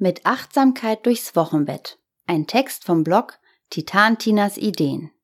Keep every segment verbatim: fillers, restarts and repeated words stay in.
Mit Achtsamkeit durchs Wochenbett. Ein Text vom Blog Titan Tinas Ideen.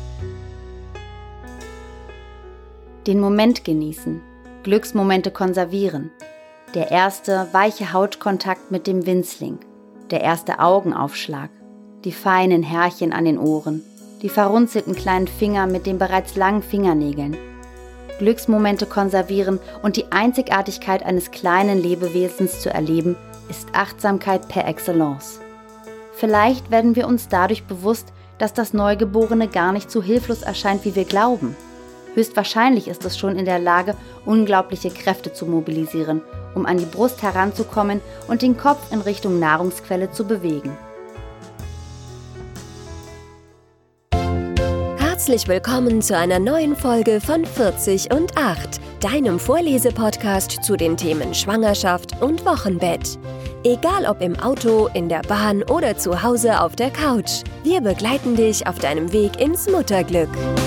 Den Moment genießen, Glücksmomente konservieren. Der erste weiche Hautkontakt mit dem Winzling, der erste Augenaufschlag, die feinen Härchen an den Ohren, die verrunzelten kleinen Finger mit den bereits langen Fingernägeln. Glücksmomente konservieren und die Einzigartigkeit eines kleinen Lebewesens zu erleben, ist Achtsamkeit per excellence. Vielleicht werden wir uns dadurch bewusst, dass das Neugeborene gar nicht so hilflos erscheint, wie wir glauben. Höchstwahrscheinlich ist es schon in der Lage, unglaubliche Kräfte zu mobilisieren, um an die Brust heranzukommen und den Kopf in Richtung Nahrungsquelle zu bewegen. Herzlich willkommen zu einer neuen Folge von vierzig und acht, deinem Vorlesepodcast zu den Themen Schwangerschaft und Wochenbett. Egal ob im Auto, in der Bahn oder zu Hause auf der Couch, wir begleiten dich auf deinem Weg ins Mutterglück.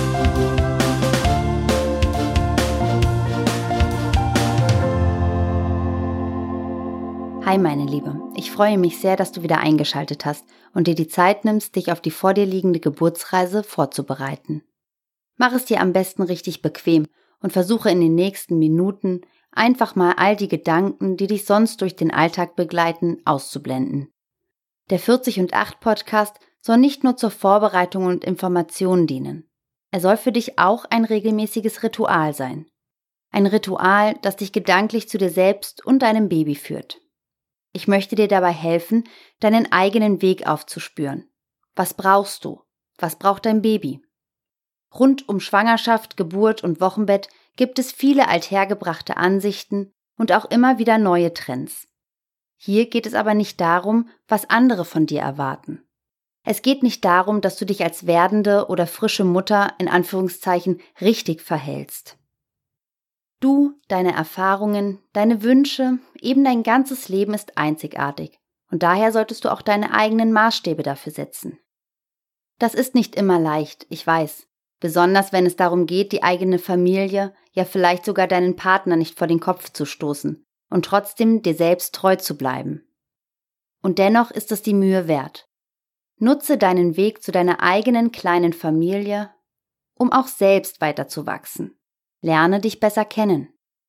Hi meine Liebe, ich freue mich sehr, dass du wieder eingeschaltet hast und dir die Zeit nimmst, dich auf die vor dir liegende Geburtsreise vorzubereiten. Mach es dir am besten richtig bequem und versuche in den nächsten Minuten einfach mal all die Gedanken, die dich sonst durch den Alltag begleiten, auszublenden. Der vierzig und acht Podcast soll nicht nur zur Vorbereitung und Information dienen. Er soll für dich auch ein regelmäßiges Ritual sein. Ein Ritual, das dich gedanklich zu dir selbst und deinem Baby führt. Ich möchte dir dabei helfen, deinen eigenen Weg aufzuspüren. Was brauchst du? Was braucht dein Baby? Rund um Schwangerschaft, Geburt und Wochenbett gibt es viele althergebrachte Ansichten und auch immer wieder neue Trends. Hier geht es aber nicht darum, was andere von dir erwarten. Es geht nicht darum, dass du dich als werdende oder frische Mutter in Anführungszeichen richtig verhältst. Du, deine Erfahrungen, deine Wünsche, eben dein ganzes Leben ist einzigartig und daher solltest du auch deine eigenen Maßstäbe dafür setzen. Das ist nicht immer leicht, ich weiß. Besonders wenn es darum geht, die eigene Familie, ja vielleicht sogar deinen Partner nicht vor den Kopf zu stoßen und trotzdem dir selbst treu zu bleiben. Und dennoch ist es die Mühe wert. Nutze deinen Weg zu deiner eigenen kleinen Familie, um auch selbst weiterzuwachsen. Lerne dich besser kennen.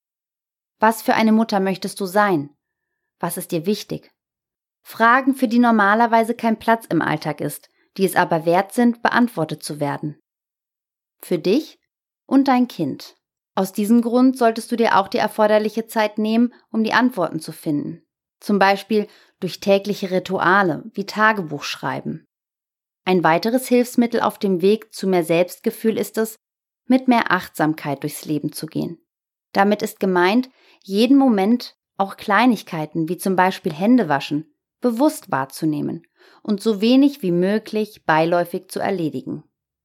Was für eine Mutter möchtest du sein? Was ist dir wichtig? Fragen, für die normalerweise kein Platz im Alltag ist, die es aber wert sind, beantwortet zu werden. Für dich und dein Kind. Aus diesem Grund solltest du dir auch die erforderliche Zeit nehmen, um die Antworten zu finden. Zum Beispiel durch tägliche Rituale wie Tagebuch schreiben. Ein weiteres Hilfsmittel auf dem Weg zu mehr Selbstgefühl ist es, mit mehr Achtsamkeit durchs Leben zu gehen. Damit ist gemeint, jeden Moment, auch Kleinigkeiten wie zum Beispiel Händewaschen, bewusst wahrzunehmen und so wenig wie möglich beiläufig zu erledigen.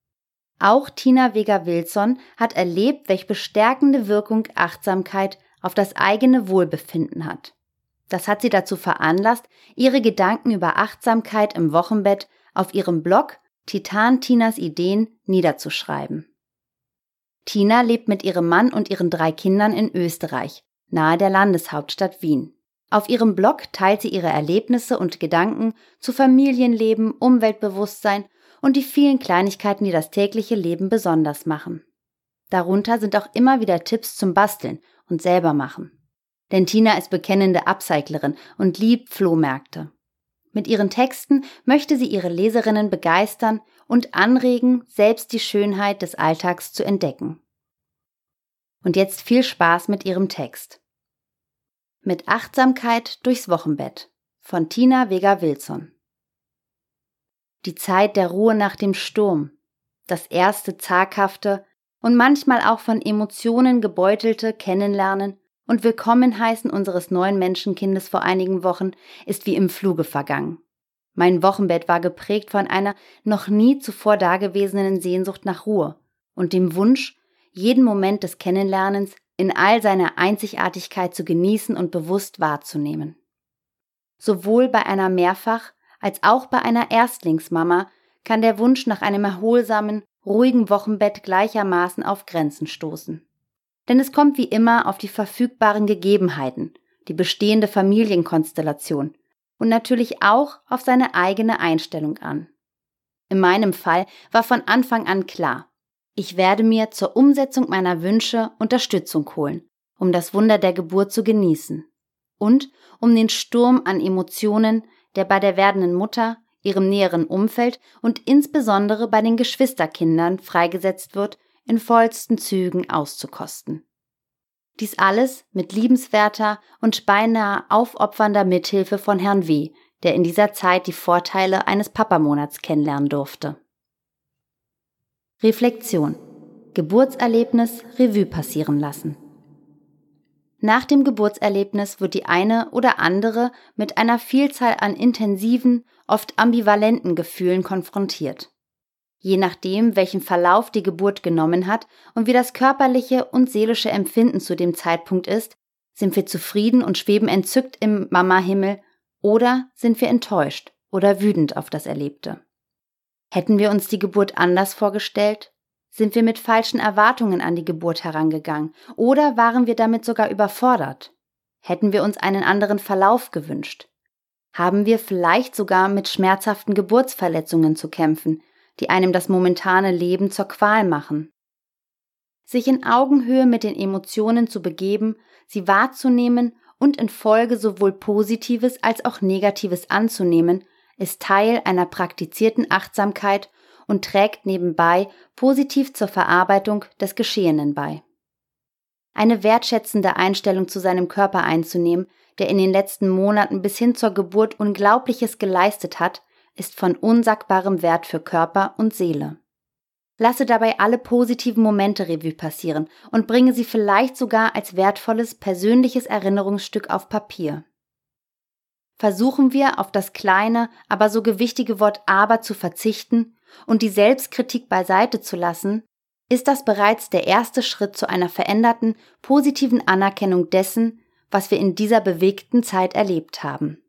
Auch Tina Vega-Wilson hat erlebt, welche bestärkende Wirkung Achtsamkeit auf das eigene Wohlbefinden hat. Das hat sie dazu veranlasst, ihre Gedanken über Achtsamkeit im Wochenbett auf ihrem Blog Titan Tinas Ideen niederzuschreiben. Tina lebt mit ihrem Mann und ihren drei Kindern in Österreich, nahe der Landeshauptstadt Wien. Auf ihrem Blog teilt sie ihre Erlebnisse und Gedanken zu Familienleben, Umweltbewusstsein und die vielen Kleinigkeiten, die das tägliche Leben besonders machen. Darunter sind auch immer wieder Tipps zum Basteln und selber machen. Denn Tina ist bekennende Upcyclerin und liebt Flohmärkte. Mit ihren Texten möchte sie ihre Leserinnen begeistern und anregen, selbst die Schönheit des Alltags zu entdecken. Und jetzt viel Spaß mit ihrem Text. Mit Achtsamkeit durchs Wochenbett von Tina Vega-Wilson. Die Zeit der Ruhe nach dem Sturm, das erste zaghafte und manchmal auch von Emotionen gebeutelte Kennenlernen und Willkommenheißen unseres neuen Menschenkindes vor einigen Wochen ist wie im Fluge vergangen. Mein Wochenbett war geprägt von einer noch nie zuvor dagewesenen Sehnsucht nach Ruhe und dem Wunsch, jeden Moment des Kennenlernens in all seiner Einzigartigkeit zu genießen und bewusst wahrzunehmen. Sowohl bei einer Mehrfach- als auch bei einer Erstlingsmama kann der Wunsch nach einem erholsamen, ruhigen Wochenbett gleichermaßen auf Grenzen stoßen. Denn es kommt wie immer auf die verfügbaren Gegebenheiten, die bestehende Familienkonstellation und natürlich auch auf seine eigene Einstellung an. In meinem Fall war von Anfang an klar, ich werde mir zur Umsetzung meiner Wünsche Unterstützung holen, um das Wunder der Geburt zu genießen und um den Sturm an Emotionen, der bei der werdenden Mutter, ihrem näheren Umfeld und insbesondere bei den Geschwisterkindern freigesetzt wird, in vollsten Zügen auszukosten. Dies alles mit liebenswerter und beinahe aufopfernder Mithilfe von Herrn W., der in dieser Zeit die Vorteile eines Papamonats kennenlernen durfte. Reflexion. Geburtserlebnis Revue passieren lassen. Nach dem Geburtserlebnis wird die eine oder andere mit einer Vielzahl an intensiven, oft ambivalenten Gefühlen konfrontiert. Je nachdem, welchen Verlauf die Geburt genommen hat und wie das körperliche und seelische Empfinden zu dem Zeitpunkt ist, sind wir zufrieden und schweben entzückt im Mama-Himmel oder sind wir enttäuscht oder wütend auf das Erlebte. Hätten wir uns die Geburt anders vorgestellt? Sind wir mit falschen Erwartungen an die Geburt herangegangen oder waren wir damit sogar überfordert? Hätten wir uns einen anderen Verlauf gewünscht? Haben wir vielleicht sogar mit schmerzhaften Geburtsverletzungen zu kämpfen, die einem das momentane Leben zur Qual machen? Sich in Augenhöhe mit den Emotionen zu begeben, sie wahrzunehmen und in Folge sowohl Positives als auch Negatives anzunehmen, ist Teil einer praktizierten Achtsamkeit und trägt nebenbei positiv zur Verarbeitung des Geschehenen bei. Eine wertschätzende Einstellung zu seinem Körper einzunehmen, der in den letzten Monaten bis hin zur Geburt Unglaubliches geleistet hat, ist von unsagbarem Wert für Körper und Seele. Lasse dabei alle positiven Momente Revue passieren und bringe sie vielleicht sogar als wertvolles persönliches Erinnerungsstück auf Papier. Versuchen wir, auf das kleine, aber so gewichtige Wort aber zu verzichten und die Selbstkritik beiseite zu lassen, ist das bereits der erste Schritt zu einer veränderten, positiven Anerkennung dessen, was wir in dieser bewegten Zeit erlebt haben.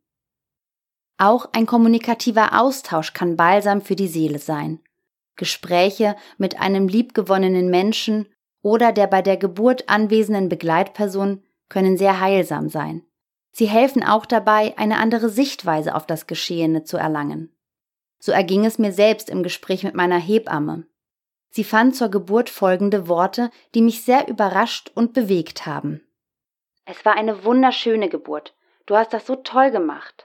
Auch ein kommunikativer Austausch kann Balsam für die Seele sein. Gespräche mit einem liebgewonnenen Menschen oder der bei der Geburt anwesenden Begleitperson können sehr heilsam sein. Sie helfen auch dabei, eine andere Sichtweise auf das Geschehene zu erlangen. So erging es mir selbst im Gespräch mit meiner Hebamme. Sie fand zur Geburt folgende Worte, die mich sehr überrascht und bewegt haben. Es war eine wunderschöne Geburt. Du hast das so toll gemacht.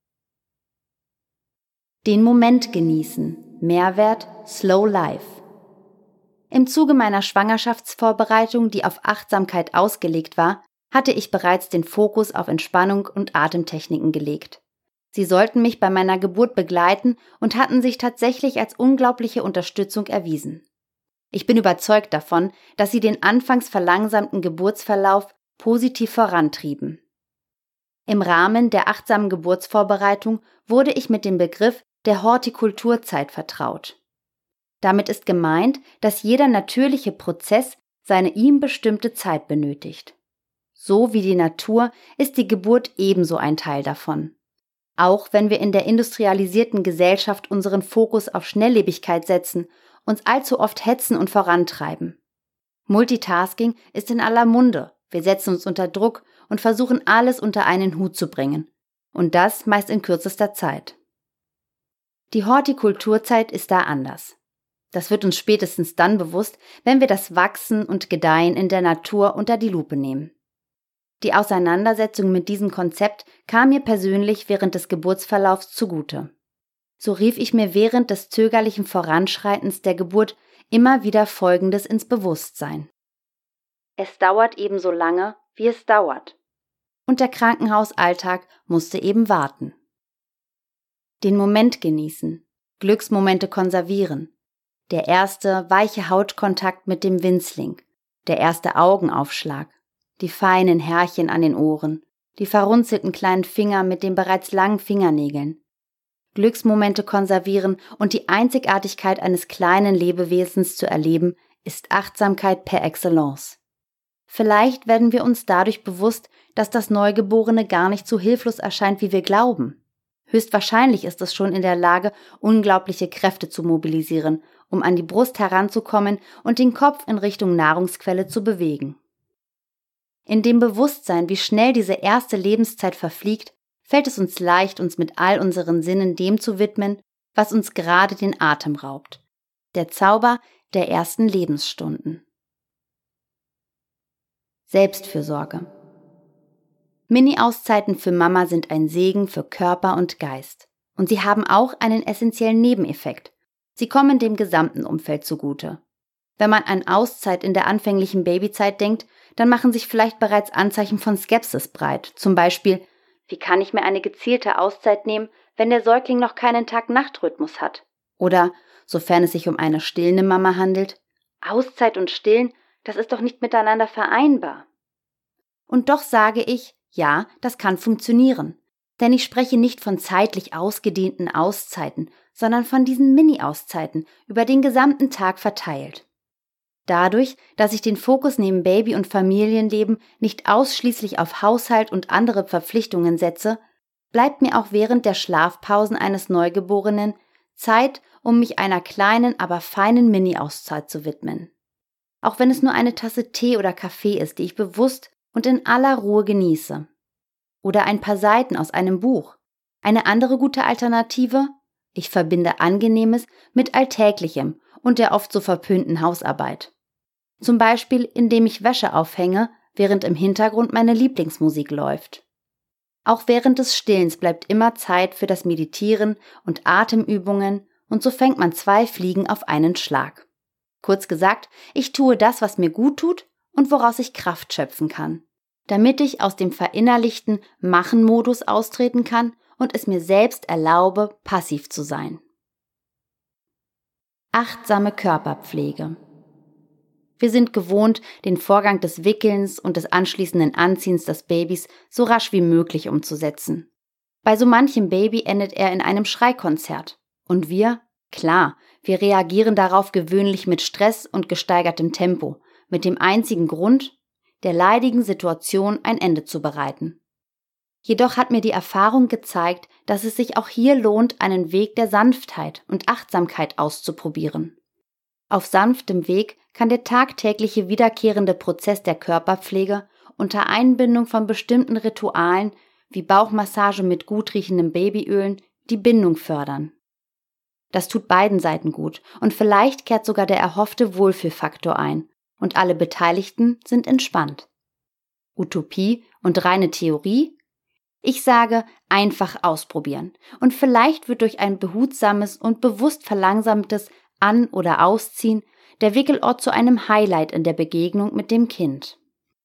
Den Moment genießen. Mehrwert Slow Life. Im Zuge meiner Schwangerschaftsvorbereitung, die auf Achtsamkeit ausgelegt war, hatte ich bereits den Fokus auf Entspannung und Atemtechniken gelegt. Sie sollten mich bei meiner Geburt begleiten und hatten sich tatsächlich als unglaubliche Unterstützung erwiesen. Ich bin überzeugt davon, dass sie den anfangs verlangsamten Geburtsverlauf positiv vorantrieben. Im Rahmen der achtsamen Geburtsvorbereitung wurde ich mit dem Begriff der Hortikulturzeit vertraut. Damit ist gemeint, dass jeder natürliche Prozess seine ihm bestimmte Zeit benötigt. So wie die Natur ist die Geburt ebenso ein Teil davon. Auch wenn wir in der industrialisierten Gesellschaft unseren Fokus auf Schnelllebigkeit setzen, uns allzu oft hetzen und vorantreiben. Multitasking ist in aller Munde, wir setzen uns unter Druck und versuchen alles unter einen Hut zu bringen. Und das meist in kürzester Zeit. Die Hortikulturzeit ist da anders. Das wird uns spätestens dann bewusst, wenn wir das Wachsen und Gedeihen in der Natur unter die Lupe nehmen. Die Auseinandersetzung mit diesem Konzept kam mir persönlich während des Geburtsverlaufs zugute. So rief ich mir während des zögerlichen Voranschreitens der Geburt immer wieder Folgendes ins Bewusstsein. Es dauert ebenso lange, wie es dauert. Und der Krankenhausalltag musste eben warten. Den Moment genießen, Glücksmomente konservieren. Der erste weiche Hautkontakt mit dem Winzling, der erste Augenaufschlag, die feinen Härchen an den Ohren, die verrunzelten kleinen Finger mit den bereits langen Fingernägeln. Glücksmomente konservieren und die Einzigartigkeit eines kleinen Lebewesens zu erleben, ist Achtsamkeit per excellence. Vielleicht werden wir uns dadurch bewusst, dass das Neugeborene gar nicht so hilflos erscheint, wie wir glauben. Höchstwahrscheinlich ist es schon in der Lage, unglaubliche Kräfte zu mobilisieren, um an die Brust heranzukommen und den Kopf in Richtung Nahrungsquelle zu bewegen. In dem Bewusstsein, wie schnell diese erste Lebenszeit verfliegt, fällt es uns leicht, uns mit all unseren Sinnen dem zu widmen, was uns gerade den Atem raubt. Der Zauber der ersten Lebensstunden. Selbstfürsorge. Mini-Auszeiten für Mama sind ein Segen für Körper und Geist. Und sie haben auch einen essentiellen Nebeneffekt. Sie kommen dem gesamten Umfeld zugute. Wenn man an Auszeit in der anfänglichen Babyzeit denkt, dann machen sich vielleicht bereits Anzeichen von Skepsis breit. Zum Beispiel, wie kann ich mir eine gezielte Auszeit nehmen, wenn der Säugling noch keinen Tag-Nacht-Rhythmus hat? Oder, sofern es sich um eine stillende Mama handelt, Auszeit und Stillen, das ist doch nicht miteinander vereinbar. Und doch sage ich, ja, das kann funktionieren. Denn ich spreche nicht von zeitlich ausgedehnten Auszeiten, sondern von diesen Mini-Auszeiten über den gesamten Tag verteilt. Dadurch, dass ich den Fokus neben Baby- und Familienleben nicht ausschließlich auf Haushalt und andere Verpflichtungen setze, bleibt mir auch während der Schlafpausen eines Neugeborenen Zeit, um mich einer kleinen, aber feinen Mini-Auszeit zu widmen. Auch wenn es nur eine Tasse Tee oder Kaffee ist, die ich bewusst und in aller Ruhe genieße. Oder ein paar Seiten aus einem Buch. Eine andere gute Alternative? Ich verbinde Angenehmes mit Alltäglichem und der oft so verpönten Hausarbeit. Zum Beispiel, indem ich Wäsche aufhänge, während im Hintergrund meine Lieblingsmusik läuft. Auch während des Stillens bleibt immer Zeit für das Meditieren und Atemübungen und so fängt man zwei Fliegen auf einen Schlag. Kurz gesagt, ich tue das, was mir gut tut und woraus ich Kraft schöpfen kann, damit ich aus dem verinnerlichten Machen-Modus austreten kann und es mir selbst erlaube, passiv zu sein. Achtsame Körperpflege. Wir sind gewohnt, den Vorgang des Wickelns und des anschließenden Anziehens des Babys so rasch wie möglich umzusetzen. Bei so manchem Baby endet er in einem Schreikonzert. Und wir? Klar, wir reagieren darauf gewöhnlich mit Stress und gesteigertem Tempo, mit dem einzigen Grund, der leidigen Situation ein Ende zu bereiten. Jedoch hat mir die Erfahrung gezeigt, dass es sich auch hier lohnt, einen Weg der Sanftheit und Achtsamkeit auszuprobieren. Auf sanftem Weg kann der tagtägliche wiederkehrende Prozess der Körperpflege unter Einbindung von bestimmten Ritualen wie Bauchmassage mit gut riechendem Babyölen die Bindung fördern. Das tut beiden Seiten gut und vielleicht kehrt sogar der erhoffte Wohlfühlfaktor ein und alle Beteiligten sind entspannt. Utopie und reine Theorie? Ich sage, einfach ausprobieren und vielleicht wird durch ein behutsames und bewusst verlangsamtes An- oder Ausziehen der Wickelort zu einem Highlight in der Begegnung mit dem Kind.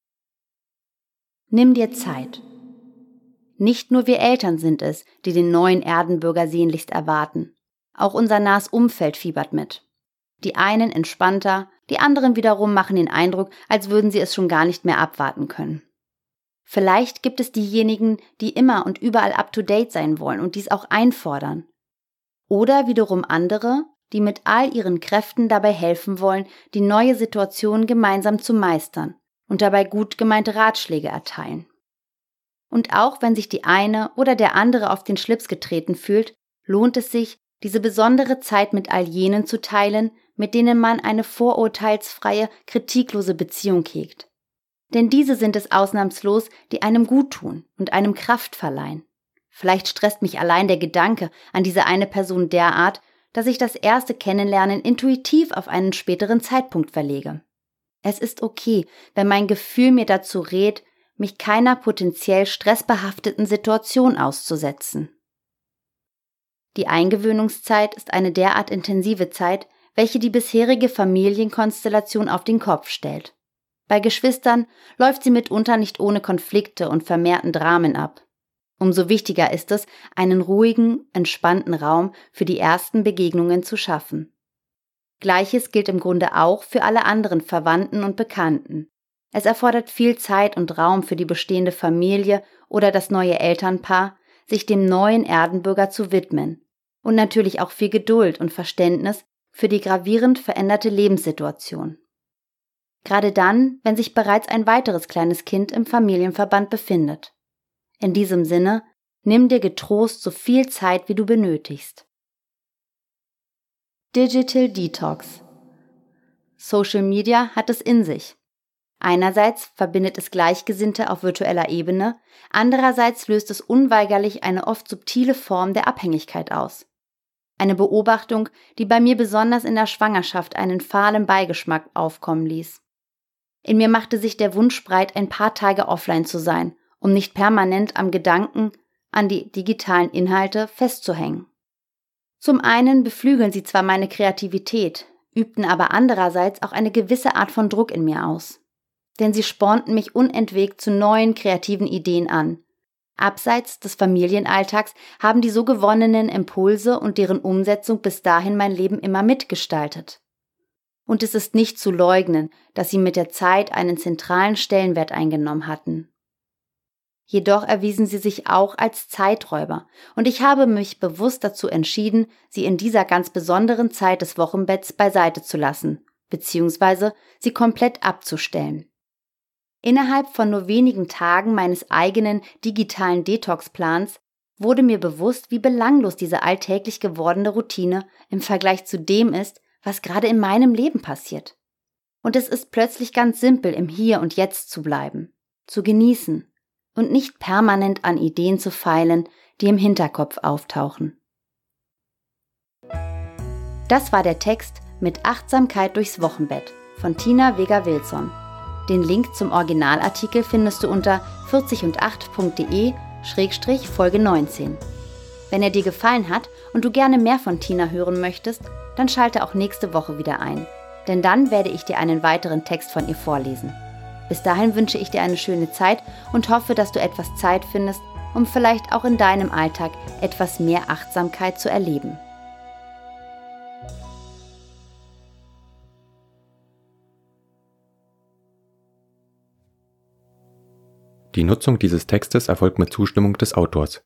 Nimm dir Zeit. Nicht nur wir Eltern sind es, die den neuen Erdenbürger sehnlichst erwarten. Auch unser nahes Umfeld fiebert mit. Die einen entspannter, die anderen wiederum machen den Eindruck, als würden sie es schon gar nicht mehr abwarten können. Vielleicht gibt es diejenigen, die immer und überall up-to-date sein wollen und dies auch einfordern. Oder wiederum andere, die mit all ihren Kräften dabei helfen wollen, die neue Situation gemeinsam zu meistern und dabei gut gemeinte Ratschläge erteilen. Und auch wenn sich die eine oder der andere auf den Schlips getreten fühlt, lohnt es sich, diese besondere Zeit mit all jenen zu teilen, mit denen man eine vorurteilsfreie, kritiklose Beziehung hegt. Denn diese sind es ausnahmslos, die einem gut tun und einem Kraft verleihen. Vielleicht stresst mich allein der Gedanke an diese eine Person derart, dass ich das erste Kennenlernen intuitiv auf einen späteren Zeitpunkt verlege. Es ist okay, wenn mein Gefühl mir dazu rät, mich keiner potenziell stressbehafteten Situation auszusetzen. Die Eingewöhnungszeit ist eine derart intensive Zeit, welche die bisherige Familienkonstellation auf den Kopf stellt. Bei Geschwistern läuft sie mitunter nicht ohne Konflikte und vermehrten Dramen ab. Umso wichtiger ist es, einen ruhigen, entspannten Raum für die ersten Begegnungen zu schaffen. Gleiches gilt im Grunde auch für alle anderen Verwandten und Bekannten. Es erfordert viel Zeit und Raum für die bestehende Familie oder das neue Elternpaar, sich dem neuen Erdenbürger zu widmen. Und natürlich auch viel Geduld und Verständnis für die gravierend veränderte Lebenssituation. Gerade dann, wenn sich bereits ein weiteres kleines Kind im Familienverband befindet. In diesem Sinne, nimm dir getrost so viel Zeit, wie du benötigst. Digital Detox. Social Media hat es in sich. Einerseits verbindet es Gleichgesinnte auf virtueller Ebene, andererseits löst es unweigerlich eine oft subtile Form der Abhängigkeit aus. Eine Beobachtung, die bei mir besonders in der Schwangerschaft einen fahlen Beigeschmack aufkommen ließ. In mir machte sich der Wunsch breit, ein paar Tage offline zu sein, um nicht permanent am Gedanken an die digitalen Inhalte festzuhängen. Zum einen beflügeln sie zwar meine Kreativität, übten aber andererseits auch eine gewisse Art von Druck in mir aus. Denn sie spornten mich unentwegt zu neuen kreativen Ideen an. Abseits des Familienalltags haben die so gewonnenen Impulse und deren Umsetzung bis dahin mein Leben immer mitgestaltet. Und es ist nicht zu leugnen, dass sie mit der Zeit einen zentralen Stellenwert eingenommen hatten. Jedoch erwiesen sie sich auch als Zeiträuber und ich habe mich bewusst dazu entschieden, sie in dieser ganz besonderen Zeit des Wochenbetts beiseite zu lassen, beziehungsweise sie komplett abzustellen. Innerhalb von nur wenigen Tagen meines eigenen digitalen Detox-Plans wurde mir bewusst, wie belanglos diese alltäglich gewordene Routine im Vergleich zu dem ist, was gerade in meinem Leben passiert. Und es ist plötzlich ganz simpel, im Hier und Jetzt zu bleiben, zu genießen und nicht permanent an Ideen zu feilen, die im Hinterkopf auftauchen. Das war der Text mit Achtsamkeit durchs Wochenbett von Tina Vega-Wilson. Den Link zum Originalartikel findest du unter vierzig und acht punkt de Schrägstrich Folge neunzehn. Wenn er dir gefallen hat und du gerne mehr von Tina hören möchtest, dann schalte auch nächste Woche wieder ein, denn dann werde ich dir einen weiteren Text von ihr vorlesen. Bis dahin wünsche ich dir eine schöne Zeit und hoffe, dass du etwas Zeit findest, um vielleicht auch in deinem Alltag etwas mehr Achtsamkeit zu erleben. Die Nutzung dieses Textes erfolgt mit Zustimmung des Autors.